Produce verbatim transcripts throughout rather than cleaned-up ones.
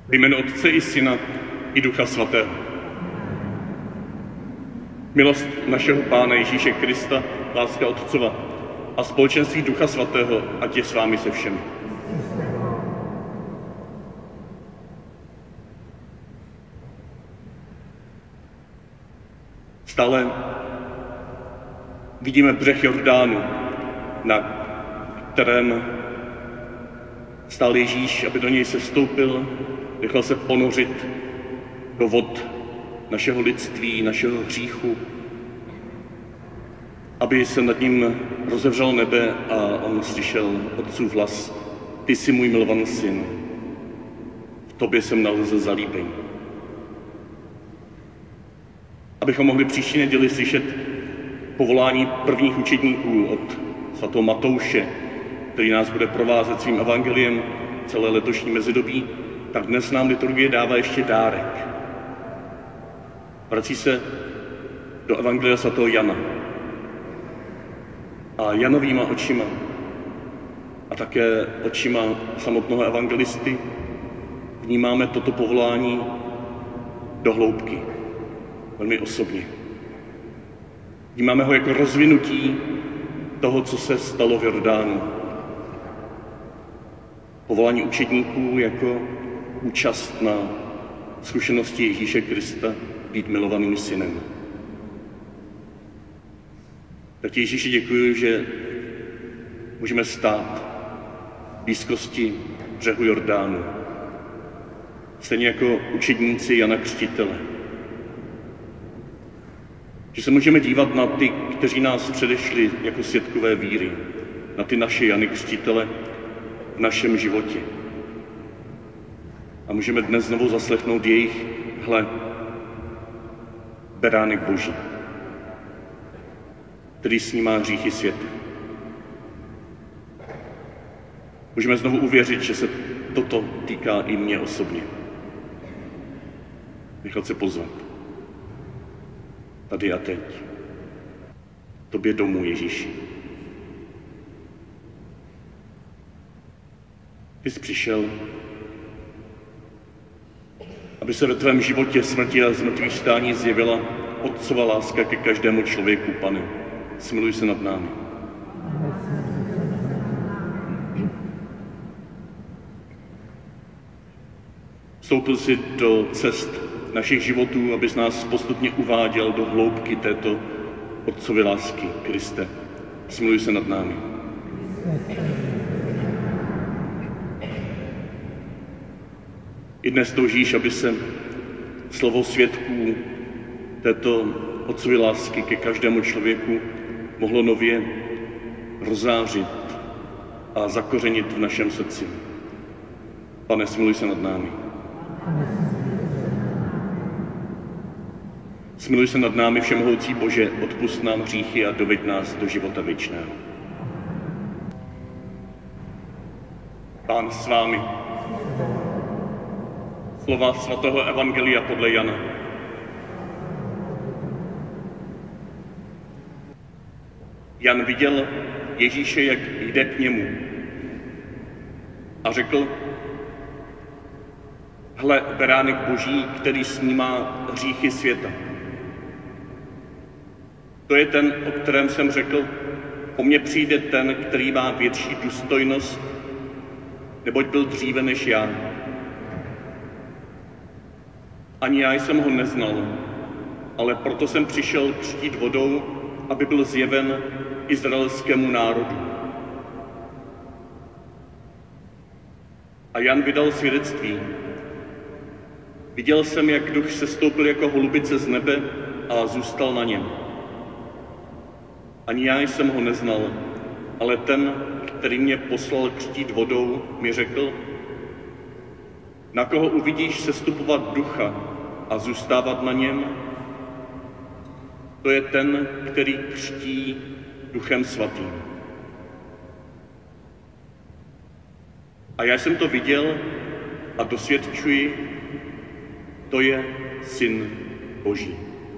Ve jménu Otce i Syna i Ducha Svatého. Milost našeho Pána Ježíše Krista, láska Otcova a společenství Ducha Svatého, ať je s vámi se všemi. Stále vidíme břeh Jordánu, na kterém stál Ježíš, aby do něj se vstoupil, nechal se ponořit do vod našeho lidství, našeho hříchu, aby se nad ním rozevřelo nebe a on slyšel Otcův hlas: Ty jsi můj milovaný syn, v tobě jsem nalezl zalíbení. Abychom mohli příští neděli slyšet povolání prvních učedníků od svatého Matouše, který nás bude provázet svým evangeliem celé letošní mezidobí, tak dnes nám liturgie dává ještě dárek. Vrací se do evangelia svatého Jana. A Janovýma očima a také očima samotného evangelisty vnímáme toto povolání do hloubky, velmi osobně. Vnímáme ho jako rozvinutí toho, co se stalo v Jordánu. Povolání učedníků jako účast na zkušenosti Ježíše Krista být milovaným synem. Tak Ježíši děkuji, že můžeme stát v blízkosti břehu Jordánu. Stejně jako učedníci Jana Křtitele. Že se můžeme dívat na ty, kteří nás předešli jako svědkové víry, na ty naše Jany Křtitele v našem životě. A můžeme dnes znovu zaslechnout jejich: hle, beránek Boží, který snímá hříchy světa. Můžeme znovu uvěřit, že se toto týká i mě osobně. Nechat se pozvat. Tady a teď. Tobě domů, Ježíši. Ty jsi přišel, aby se ve tvém životě smrti a zmrtvých stání zjevila Otcova láska ke každému člověku, Pane. Smiluj se nad námi. Vstoupil jsi do cest našich životů, abys nás postupně uváděl do hloubky této Otcovy lásky, Kriste. Smiluj se nad námi. I dnes toužíš, aby se slovo svědků této Otcovy lásky ke každému člověku mohlo nově rozářit a zakořenit v našem srdci. Pane, smiluj se nad námi. Smiluj se nad námi, všemohoucí Bože, odpusť nám hříchy a doveď nás do života věčného. Pán s vámi. Slova svatého evangelia podle Jana. Jan viděl Ježíše, jak jde k němu, a řekl: hle, beránek Boží, který snímá hříchy světa. To je ten, o kterém jsem řekl: po mně přijde ten, který má větší důstojnost, neboť byl dříve než já. Ani já jsem ho neznal, ale proto jsem přišel křtít vodou, aby byl zjeven izraelskému národu. A Jan vydal svědectví. Viděl jsem, jak duch sestoupil jako holubice z nebe a zůstal na něm. Ani já jsem ho neznal, ale ten, který mě poslal křtít vodou, mi řekl: na koho uvidíš sestupovat ducha a zůstávat na něm, to je ten, který křtí Duchem Svatým. A já jsem to viděl a dosvědčuji, to je Syn Boží.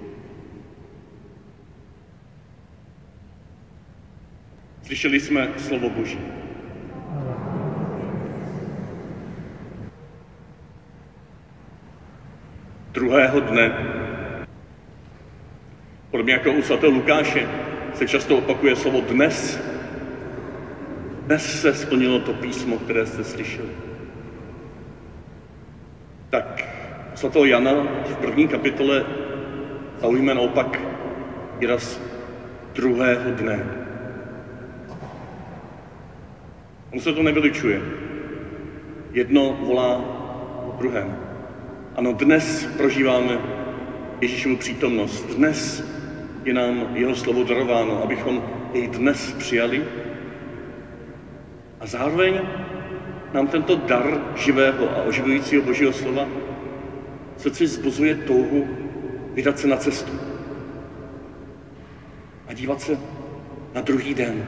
Slyšeli jsme slovo Boží. druhého dne. Podobně jako u svatého Lukáše se často opakuje slovo dnes. Dnes se splnilo to písmo, které jste slyšeli. Tak svatého Jana v první kapitole zaujme naopak výraz druhého dne. On se to nevylučuje. Jedno volá po druhém. Ano, dnes prožíváme Ježíšovu přítomnost. Dnes je nám jeho slovo darováno, abychom jej dnes přijali. A zároveň nám tento dar živého a oživujícího Božího slova v srdci vzbuzuje touhu vydat se na cestu a dívat se na druhý den.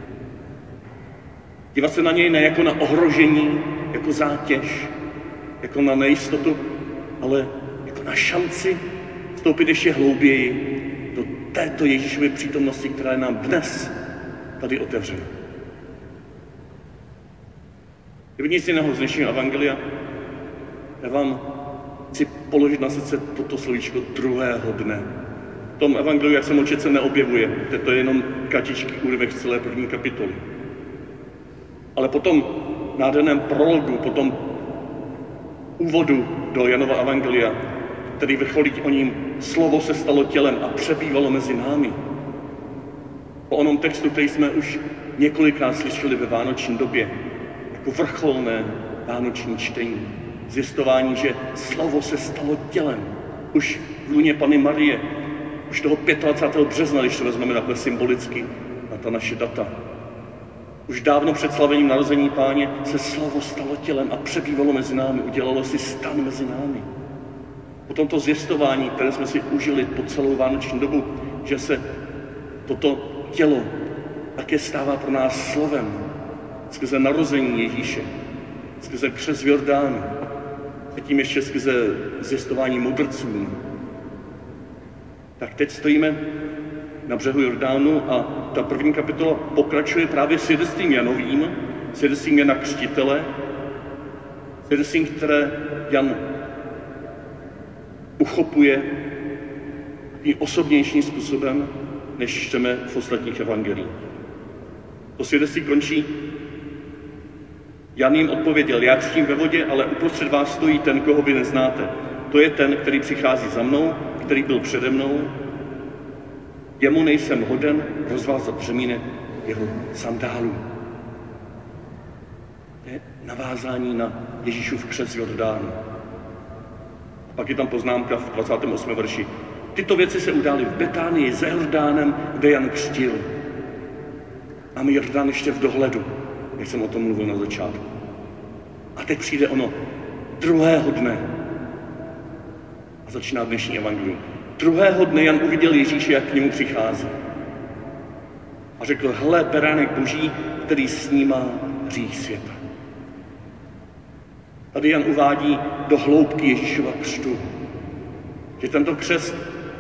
Dívat se na něj ne jako na ohrožení, jako zátěž, jako na nejistotu, ale jako na šanci vstoupit ještě hlouběji do této Ježíšovy přítomnosti, která je nám dnes tady otevřena. Kdyby nic jiného z dnešního evangelia, já vám chci položit na srdce toto slovíčko druhého dne. V tom evangeliu, jak jsem očet, se neobjevuje. To je jenom kratičký úryvek z celé první kapitoly. Ale po tom nádherném prologu, po tom úvodu do Janova evangelia, který vrcholí o ním slovo se stalo tělem a přebývalo mezi námi. Po onom textu, který jsme už několikrát slyšeli ve vánoční době, jako vrcholné vánoční čtení, zjistování, že slovo se stalo tělem. Už v lůně Panny Marie, už toho dvacátého pátého března, když to vezmeme takhle symbolicky na ta naše data. Už dávno před slavením narození Páně se slovo stalo tělem a přebývalo mezi námi, udělalo si stan mezi námi. Po tomto zjistování, které jsme si užili po celou vánoční dobu, že se toto tělo také stává pro nás slovem, skrze narození Ježíše, skrze křest v Jordánu, a tím ještě skrze zjistování mudrců. Tak teď stojíme na břehu Jordánu a ta první kapitola pokračuje právě svědectvím Janovým, svědectvím Jana Křtitele, svědectvím, které Jan uchopuje i osobnějším způsobem, než čteme v ostatních evangelích. To svědectví končí: Jan jim odpověděl, já křtím ve vodě, ale uprostřed vás stojí ten, koho vy neznáte. To je ten, který přichází za mnou, který byl přede mnou. Jemu nejsem hoden rozvázat břemínek jeho sandálů. To je navázání na Ježíšův křest v Jordánu. A pak je tam poznámka v dvacátém osmém verši. Tyto věci se udály v Betánii za Jordánem, kde Jan křtil. Máme Jordán ještě v dohledu, jak jsem o tom mluvil na začátku. A teď přijde ono druhého dne. A začíná dnešní evangelium. Druhého dne Jan uviděl Ježíše, jak k němu přichází. A řekl, hle, beránek Boží, který snímá hřích světa. Tady Jan uvádí do hloubky Ježíšova křtu, že tento křest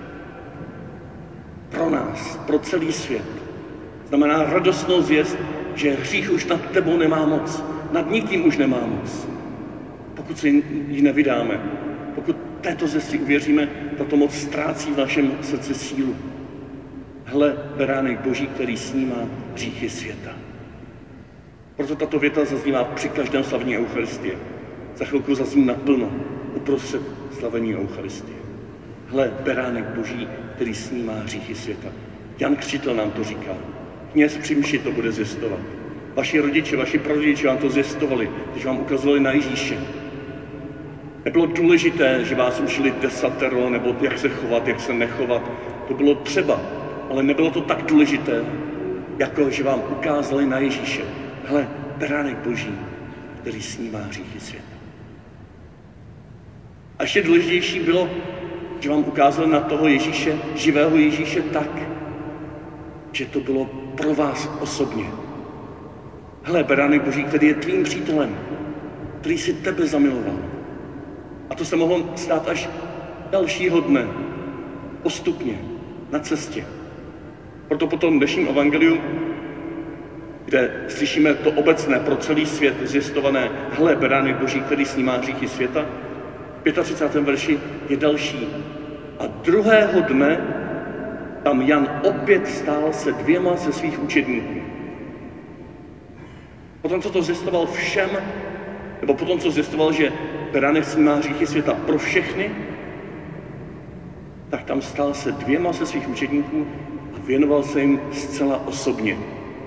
pro nás, pro celý svět, znamená radostnou zvěst, že hřích už nad tebou nemá moc, nad nikým už nemá moc. Pokud se ji nevydáme, pokud této zvěsti uvěříme, tato moc ztrácí v našem srdci sílu. Hle, beránek Boží, který snímá hříchy světa. Proto tato věta zaznívá při každém slavení Eucharistie. Za chvilku zazní naplno uprostřed slavení Eucharistie. Hle, beránek Boží, který snímá hříchy světa. Jan Křtitel nám to říká. Kněz při mši to bude zjistovat. Vaši rodiče, vaši prarodiče vám to zjistovali, když vám ukazovali na Ježíše. Nebylo důležité, že vás učili desatero, nebo jak se chovat, jak se nechovat. To bylo třeba, ale nebylo to tak důležité, jako že vám ukázali na Ježíše. Hle, beránek Boží, který snímá hříchy světa. A ještě důležitější bylo, že vám ukázali na toho Ježíše, živého Ježíše tak, že to bylo pro vás osobně. Hle, beránek Boží, který je tvým přítelem, který si tebe zamiloval. A to se mohlo stát až dalšího dne, postupně, na cestě. Proto po tom dnešním evangeliu, kde slyšíme to obecné pro celý svět zjistované, hle, beránek Boží, který snímá hříchy světa, třicátém pátém verši je další. A druhého dne tam Jan opět stál se dvěma ze svých učedníků. Potom, co to zjistoval všem, nebo potom, co zjistoval, že beránek snímá hříchy světa pro všechny, tak tam stál se dvěma ze svých učedníků a věnoval se jim zcela osobně.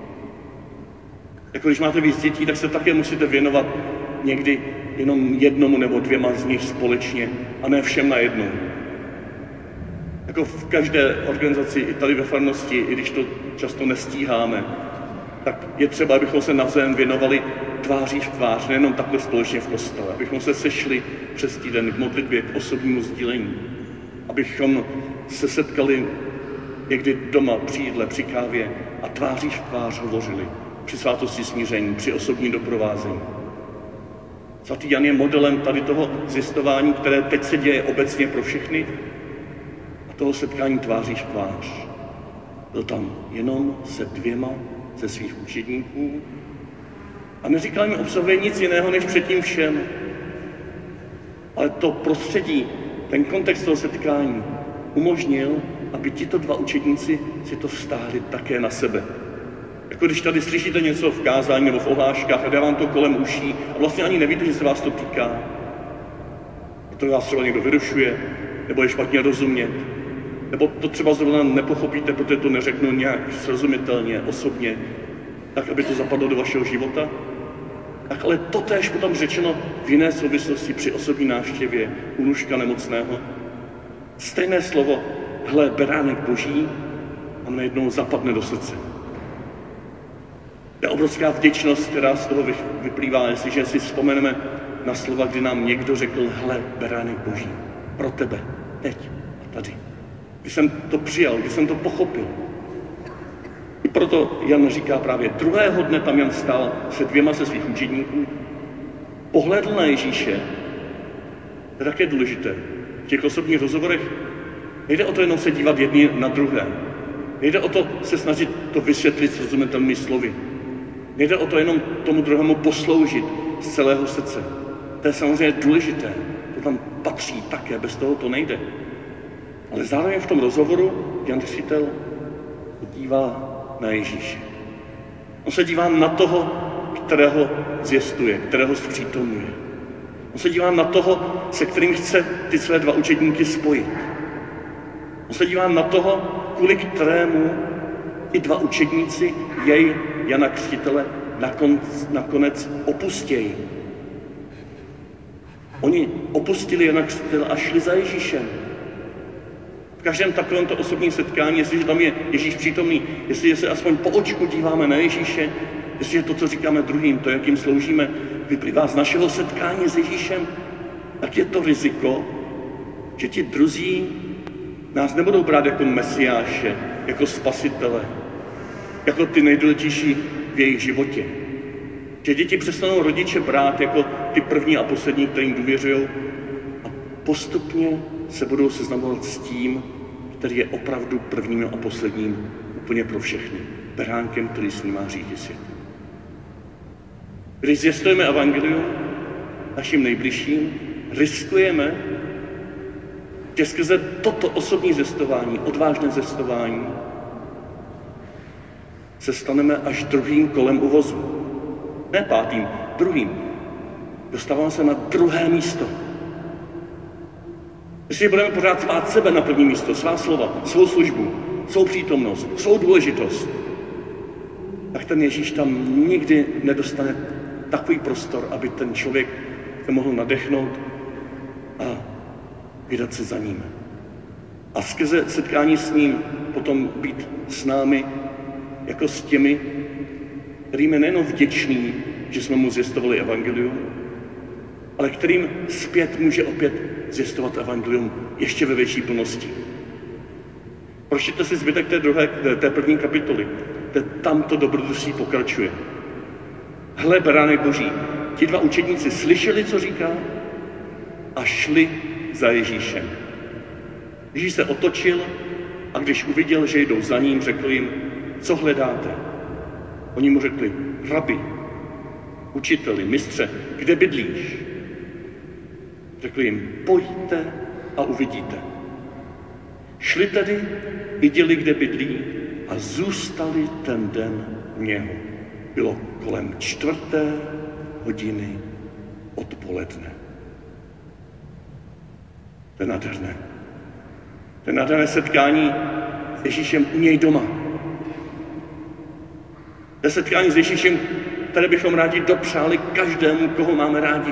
Jako když máte víc dětí, tak se také musíte věnovat někdy jenom jednomu nebo dvěma z nich společně a ne všem najednou. Jako v každé organizaci, i tady ve farnosti, i když to často nestíháme, tak je třeba, abychom se navzájem věnovali tváří v tvář, nejenom takhle společně v kostele, abychom se sešli přes týden k modlitbě, k osobnímu sdílení, abychom se setkali někdy doma, při jídle, při kávě a tváří v tvář hovořili při svátosti smíření, při osobním doprovázení. Svatý Jan je modelem tady toho zjistování, které teď se děje obecně pro všechny, a toho setkání tváří v tvář. Byl tam jenom se dvěma ze svých učedníků a neříkal jim o sobě nic jiného, než předtím všem. Ale to prostředí, ten kontext toho setkání umožnil, aby tito dva učedníci si to vztáhli také na sebe. Jako když tady slyšíte něco v kázání nebo v ohláškách a dá vám to kolem uší a vlastně ani nevíte, že se vás to týká. Protože vás třeba někdo vyrušuje, nebo je špatně rozumět, nebo to třeba zrovna nepochopíte, protože to neřeknu nějak srozumitelně, osobně, tak, aby to zapadlo do vašeho života. Tak ale to též potom řečeno v jiné souvislosti při osobní návštěvě u nůžka nemocného. Stejné slovo, hle, beránek Boží, a najednou zapadne do srdce. Je obrovská vděčnost, která z toho vyplývá, jestliže si vzpomeneme na slova, kdy nám někdo řekl, hle, beránek Boží, pro tebe, teď a tady. Když jsem to přijal, když jsem to pochopil. I proto Jan říká právě, druhého dne tam Jan stál se dvěma ze svých učedníků, pohlédl na Ježíše, to je také důležité. V těch osobních rozhovorech nejde o to jenom se dívat jedni na druhé. Nejde o to se snažit to vysvětlit srozumitelnými slovy. Nejde o to jenom tomu druhému posloužit z celého srdce. To je samozřejmě důležité. To tam patří také, bez toho to nejde. Ale zároveň v tom rozhovoru Jan Křtitel dívá na Ježíše. On se dívá na toho, kterého zjistuje, kterého zpřítomňuje. On se dívá na toho, se kterým chce ty své dva učedníky spojit. On se dívá na toho, kvůli kterému i dva učedníci jej, Jana Křtitele, nakonec, nakonec opustějí. Oni opustili Jana Křtitele a šli za Ježíšem. V každém takovémto osobním setkání, jestliže tam je Ježíš přítomný, jestliže se aspoň po očku díváme na Ježíše, jestliže to, co říkáme druhým, to, jakým sloužíme, vyplývá z našeho setkání s Ježíšem, tak je to riziko, že ti druzí nás nebudou brát jako mesiáše, jako spasitele, jako ty nejdůležitější v jejich životě. Že děti přestanou rodiče brát jako ty první a poslední, kterým důvěřují, a postupně se budou seznamovat s tím, který je opravdu prvním a posledním úplně pro všechny. Beránkem, který snímá hříchy světa. Když zjistujeme evangelium našim nejbližším, riskujeme, že skrze toto osobní zjistování, odvážné zjistování, se staneme až druhým kolem uvozu. Ne pátým, druhým. Dostáváme se na druhé místo. Jestli budeme pořád spát sebe na první místo, svá slova, svou službu, svou přítomnost, svou důležitost, tak ten Ježíš tam nikdy nedostane takový prostor, aby ten člověk se mohl nadechnout a vydat se za ním. A skrze setkání s ním potom být s námi jako s těmi, kterým je nejenom vděčný, že jsme mu zjistovali evangelium, ale kterým zpět může opět zjistovat evangelium ještě ve větší plnosti. Pročtěte si zbytek té, druhé, té první kapitoly, kde tam to dobrodružství pokračuje. Hle, beránek Boží, ti dva učedníci slyšeli, co říká, a šli za Ježíšem. Ježíš se otočil a když uviděl, že jdou za ním, řekl jim, co hledáte? Oni mu řekli, rabi, učiteli, mistře, kde bydlíš? Řekl jim, pojďte a uvidíte. Šli tedy, viděli, kde bydlí a zůstali ten den u něho. Bylo kolem čtvrté hodiny odpoledne. To je nádherné. To je nádherné setkání s Ježíšem u něj doma. To je setkání s Ježíšem, které bychom rádi dopřáli každému, koho máme rádi.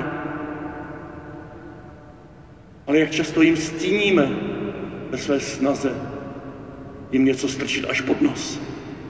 Ale jak často jim stíníme ve své snaze jim něco strčit až pod nos.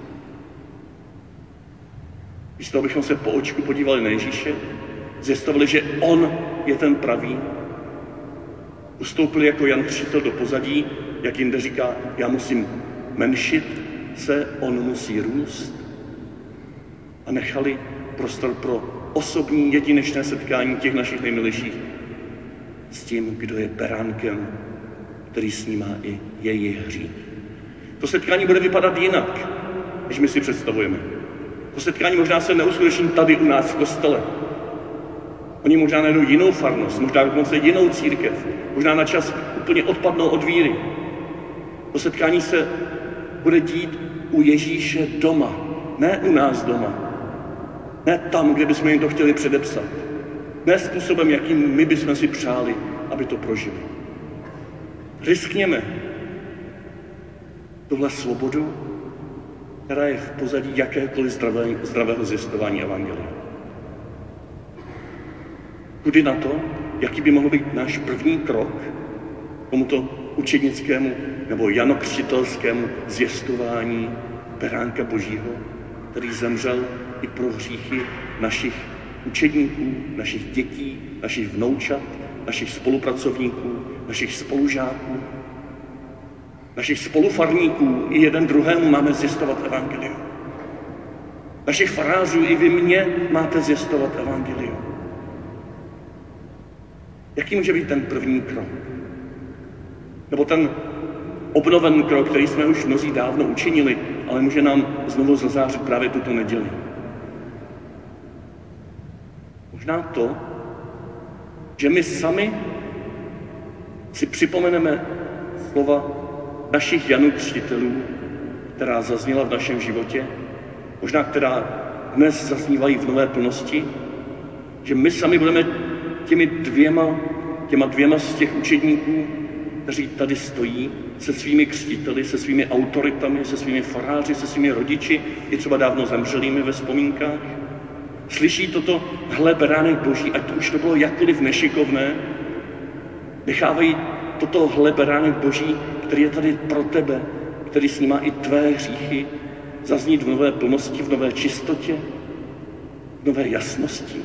Místo, abychom se po očku podívali na Ježíše, zjistovali, že on je ten pravý, ustoupili jako Jan Křtitel do pozadí, jak jinde říká, já musím menšit se, on musí růst, a nechali prostor pro osobní jedinečné setkání těch našich nejmilejších s tím, kdo je beránkem, který snímá i jejich hřích. To setkání bude vypadat jinak, než my si představujeme. To setkání možná se neuskuteční tady u nás v kostele. Oni možná najdou jinou farnost, možná dokonce jinou církev, možná na čas úplně odpadnou od víry. To setkání se bude dít u Ježíše doma, ne u nás doma. Ne tam, kde bychom jim to chtěli předepsat. Ne způsobem, jakým my bychom si přáli, aby to prožili. Riskněme tuhle svobodu, která je v pozadí jakékoliv zdravé, zdravého zvěstování evangelia. Kudy na to, jaký by mohl být náš první krok k tomuto učednickému nebo janokřtitelskému zvěstování beránka Božího, který zemřel i pro hříchy našich učedníků, našich dětí, našich vnoučat, našich spolupracovníků, našich spolužáků, našich spolufarníků. I jeden druhému máme zjistovat evangelium. Našich farářů i vy mě máte zjistovat evangelium. Jaký může být ten první krok? Nebo ten obnovený krok, který jsme už mnozí dávno učinili, ale může nám znovu zazářit právě tuto neděli. Možná to, že my sami si připomeneme slova našich Janů Křtitelů, která zazněla v našem životě, možná která dnes zaznívají v nové plnosti, že my sami budeme těmi dvěma, těma dvěma z těch učedníků, kteří tady stojí se svými křtiteli, se svými autoritami, se svými faráři, se svými rodiči, i třeba dávno zemřelými ve vzpomínkách. Slyší toto, hle, beránek Boží, ať to už to bylo jakkoliv nešikovné, nechávají toto, hle, beránek Boží, který je tady pro tebe, který snímá i tvé hříchy, zaznít v nové plnosti, v nové čistotě, v nové jasnosti.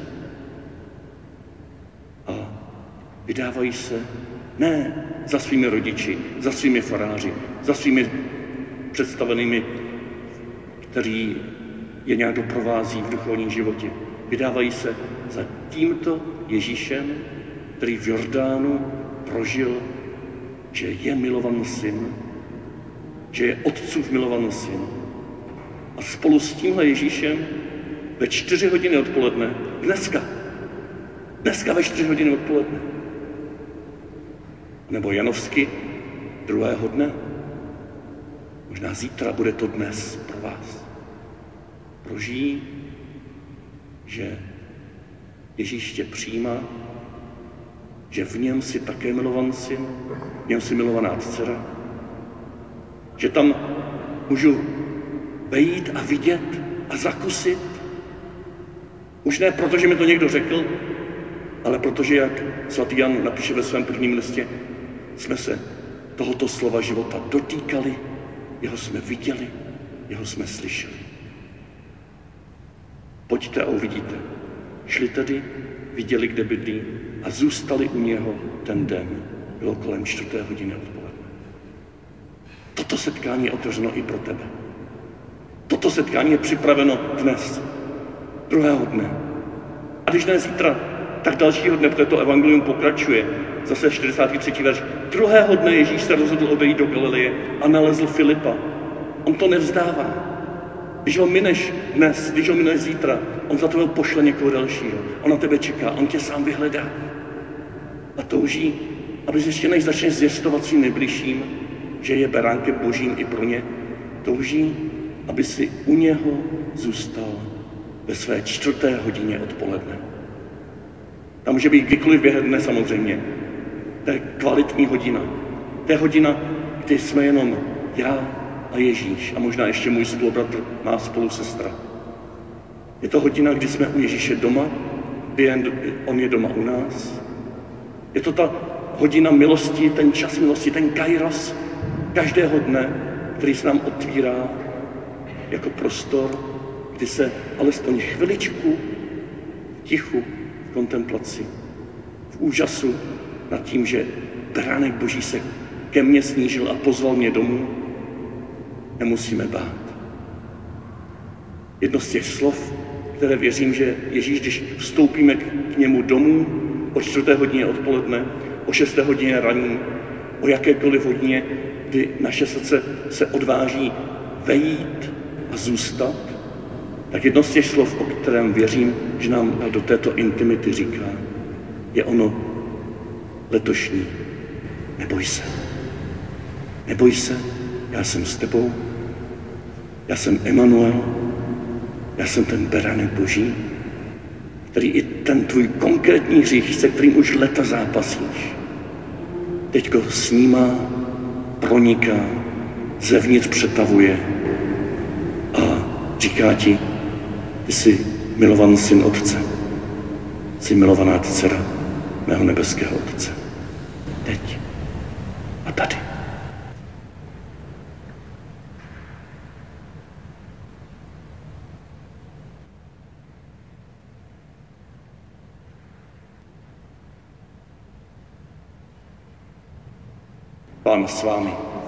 A vydávají se ne za svými rodiči, za svými faráři, za svými představenými, kteří je nějak doprovází v duchovním životě. Vydávají se za tímto Ježíšem, který v Jordánu prožil, že je milovaný syn, že je otcův milovaný syn. A spolu s tímhle Ježíšem ve čtyři hodiny odpoledne, dneska, dneska ve čtyři hodiny odpoledne, nebo janovsky druhého dne, možná zítra, bude to dnes pro vás. Prožijí, že Ježíš tě přijímá, že v něm si také milovaný syn, v něm si milovaná dcera, že tam můžu vejít a vidět a zakusit. Už ne proto, že mi to někdo řekl, ale protože, jak svatý Jan napíše ve svém prvním listě, jsme se tohoto slova života dotýkali, jeho jsme viděli, jeho jsme slyšeli. Pojďte a uvidíte. Šli tedy, viděli, kde bydlí a zůstali u něho ten den. Bylo kolem čtvrté hodiny odpoledne. Toto setkání je otevřeno i pro tebe. Toto setkání je připraveno dnes, druhého dne. A když ne zítra, tak dalšího dne, protože to evangelium pokračuje. Zase čtyřicátý třetí verš. Druhého dne Ježíš se rozhodl odejít do Galileje a nalezl Filipa. On to nevzdává. Když ho mineš dnes, když ho mineš zítra, on za tebe pošle někoho dalšího. On na tebe čeká, on tě sám vyhledá. a touží, aby ještě než začne zvěstovat svým nejbližším, že je beránkem Božím i pro ně, touží, aby si u něho zůstal ve své čtvrté hodině odpoledne. Tam může být kdykoliv během dne samozřejmě. To je kvalitní hodina. To je hodina, kdy jsme jenom já a Ježíš a možná ještě můj spolubratr, má spolusestra. Je to hodina, kdy jsme u Ježíše doma, kdy on je doma u nás. Je to ta hodina milosti, ten čas milosti, ten kairos každého dne, který se nám otvírá jako prostor, kdy se alespoň chviličku v tichu, v kontemplaci, v úžasu nad tím, že beránek Boží se ke mně snížil a pozval mě domů, nemusíme bát. Jedno z těch slov, které věřím, že Ježíš, když vstoupíme k němu domů o čtvrté hodině odpoledne, o šesté hodině raní, o jakékoliv hodině, kdy naše srdce se odváží vejít a zůstat, tak jedno z těch slov, o kterém věřím, že nám do této intimity říká, je ono letošní. Neboj se. Neboj se, já jsem s tebou, já jsem Emanuel, já jsem ten beránek Boží, který i ten tvůj konkrétní hřích, se kterým už leta zápasíš, teďko snímá, proniká, zevnitř přetavuje a říká ti, ty jsi milovaný syn Otce, jsi milovaná dcera mého nebeského Otce. Teď a tady. Pán s vámi.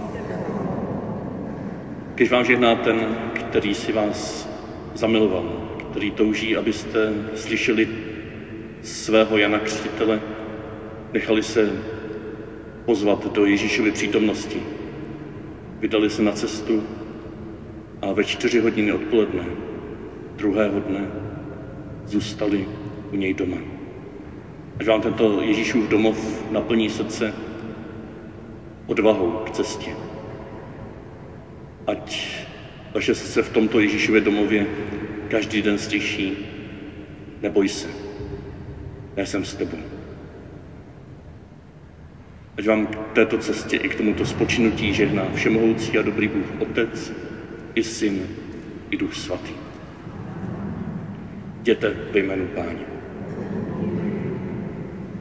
Když vám žehná ten, který si vás zamiloval, který touží, abyste slyšeli svého Jana Křtitele, nechali se pozvat do Ježíšovy přítomnosti, vydali se na cestu a ve čtyři hodiny odpoledne druhého dne zůstali u něj doma. Až vám tento Ježíšův domov naplní srdce odvahou k cestě. Ať vaše srdce v tomto Ježíšově domově každý den slyší, neboj se, já jsem s tebou. Ať vám k této cestě i k tomuto spočinutí žehná všemohoucí a dobrý Bůh Otec, i Syn, i Duch Svatý. Jděte ve jménu Páně.